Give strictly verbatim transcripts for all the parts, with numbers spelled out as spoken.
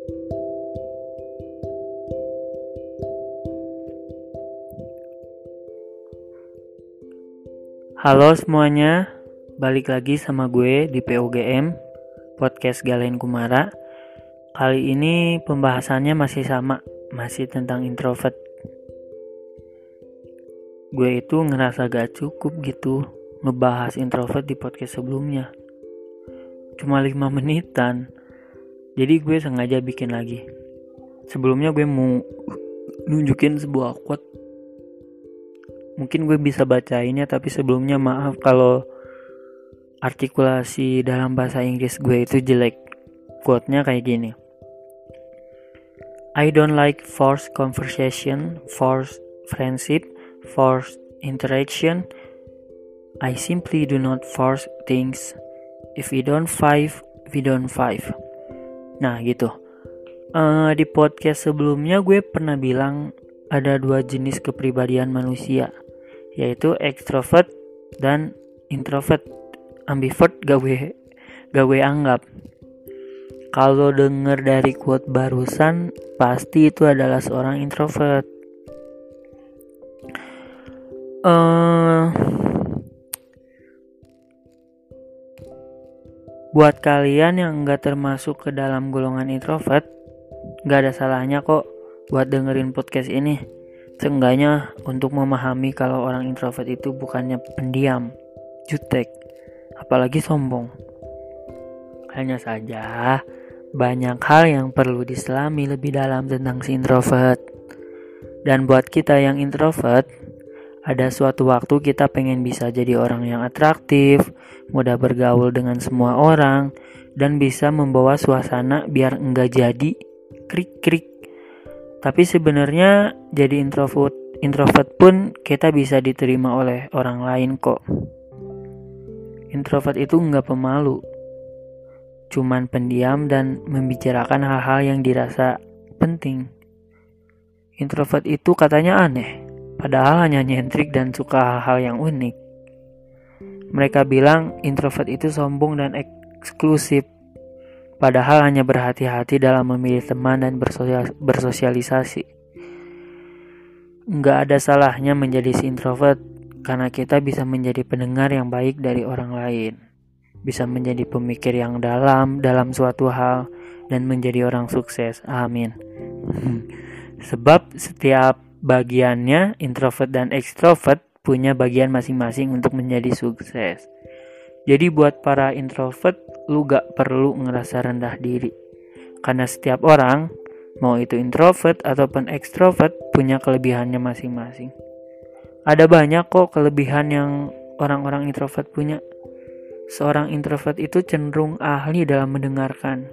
Halo semuanya, balik lagi sama gue di P O G M, Podcast Galen Kumara. Kali ini pembahasannya masih sama, masih tentang introvert. Gue itu ngerasa gak cukup gitu ngebahas introvert di podcast sebelumnya. Cuma lima menitan, jadi gue sengaja bikin lagi. Sebelumnya gue mau nunjukin sebuah quote. Mungkin gue bisa bacainnya, tapi sebelumnya maaf kalau artikulasi dalam bahasa Inggris gue itu jelek. Quote-nya kayak gini. I don't like forced conversation, forced friendship, forced interaction. I simply do not force things. If we don't fight, we don't fight. Nah gitu. Uh, di podcast sebelumnya gue pernah bilang ada dua jenis kepribadian manusia, yaitu extrovert dan introvert. Ambivert gak gue, gak gue anggap. Kalau denger dari quote barusan, pasti itu adalah seorang introvert. Uh, buat kalian yang gak termasuk ke dalam golongan introvert, gak ada salahnya kok buat dengerin podcast ini. Seenggaknya untuk memahami kalau orang introvert itu bukannya pendiam, jutek, apalagi sombong. Hanya saja banyak hal yang perlu diselami lebih dalam tentang si introvert. Dan buat kita yang introvert, ada suatu waktu kita pengen bisa jadi orang yang atraktif, mudah bergaul dengan semua orang, dan bisa membawa suasana biar enggak jadi krik-krik. Tapi sebenarnya jadi introvert introvert pun kita bisa diterima oleh orang lain kok. Introvert itu enggak pemalu, cuman pendiam dan membicarakan hal-hal yang dirasa penting. Introvert itu katanya aneh, padahal hanya nyentrik dan suka hal-hal yang unik. Mereka bilang introvert itu sombong dan eksklusif, padahal hanya berhati-hati dalam memilih teman dan bersosialisasi. Nggak ada salahnya menjadi si introvert, karena kita bisa menjadi pendengar yang baik dari orang lain, bisa menjadi pemikir yang dalam dalam suatu hal, dan menjadi orang sukses. Amin. Sebab setiap bagiannya, introvert dan extrovert, punya bagian masing-masing untuk menjadi sukses. Jadi buat para introvert, lu gak perlu ngerasa rendah diri. Karena setiap orang, mau itu introvert ataupun extrovert, punya kelebihannya masing-masing. Ada banyak kok kelebihan yang orang-orang introvert punya. Seorang introvert itu cenderung ahli dalam mendengarkan.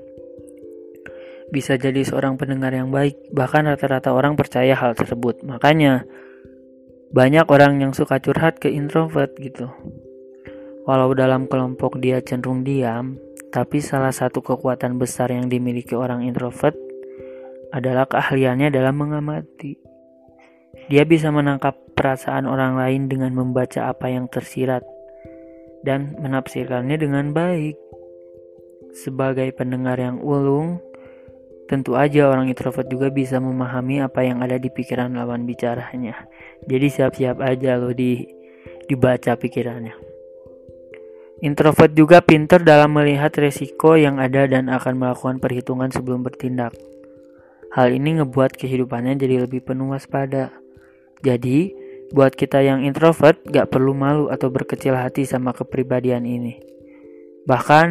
Bisa jadi seorang pendengar yang baik, bahkan rata-rata orang percaya hal tersebut. Makanya, banyak orang yang suka curhat ke introvert gitu. Walau dalam kelompok dia cenderung diam, tapi salah satu kekuatan besar yang dimiliki orang introvert adalah keahliannya dalam mengamati. Dia bisa menangkap perasaan orang lain dengan membaca apa yang tersirat dan menafsirkannya dengan baik. Sebagai pendengar yang ulung, tentu aja orang introvert juga bisa memahami apa yang ada di pikiran lawan bicaranya. Jadi siap-siap aja loh di dibaca pikirannya. Introvert juga pintar dalam melihat resiko yang ada dan akan melakukan perhitungan sebelum bertindak. Hal ini ngebuat kehidupannya jadi lebih penuh waspada. Jadi, buat kita yang introvert gak perlu malu atau berkecil hati sama kepribadian ini. Bahkan,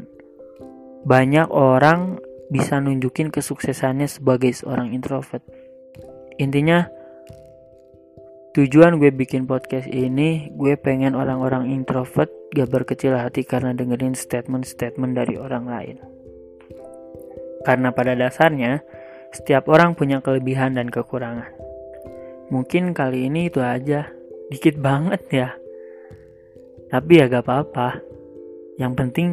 banyak orang bisa nunjukin kesuksesannya sebagai seorang introvert. Intinya, tujuan gue bikin podcast ini, gue pengen orang-orang introvert gak berkecil hati karena dengerin statement-statement dari orang lain. Karena pada dasarnya, setiap orang punya kelebihan dan kekurangan. Mungkin kali ini itu aja, dikit banget ya. Tapi ya gak apa-apa. Yang penting,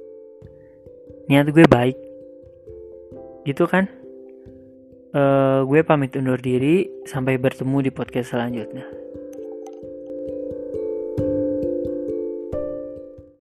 niat gue baik. Gitu kan? Uh, gue pamit undur diri, sampai bertemu di podcast selanjutnya.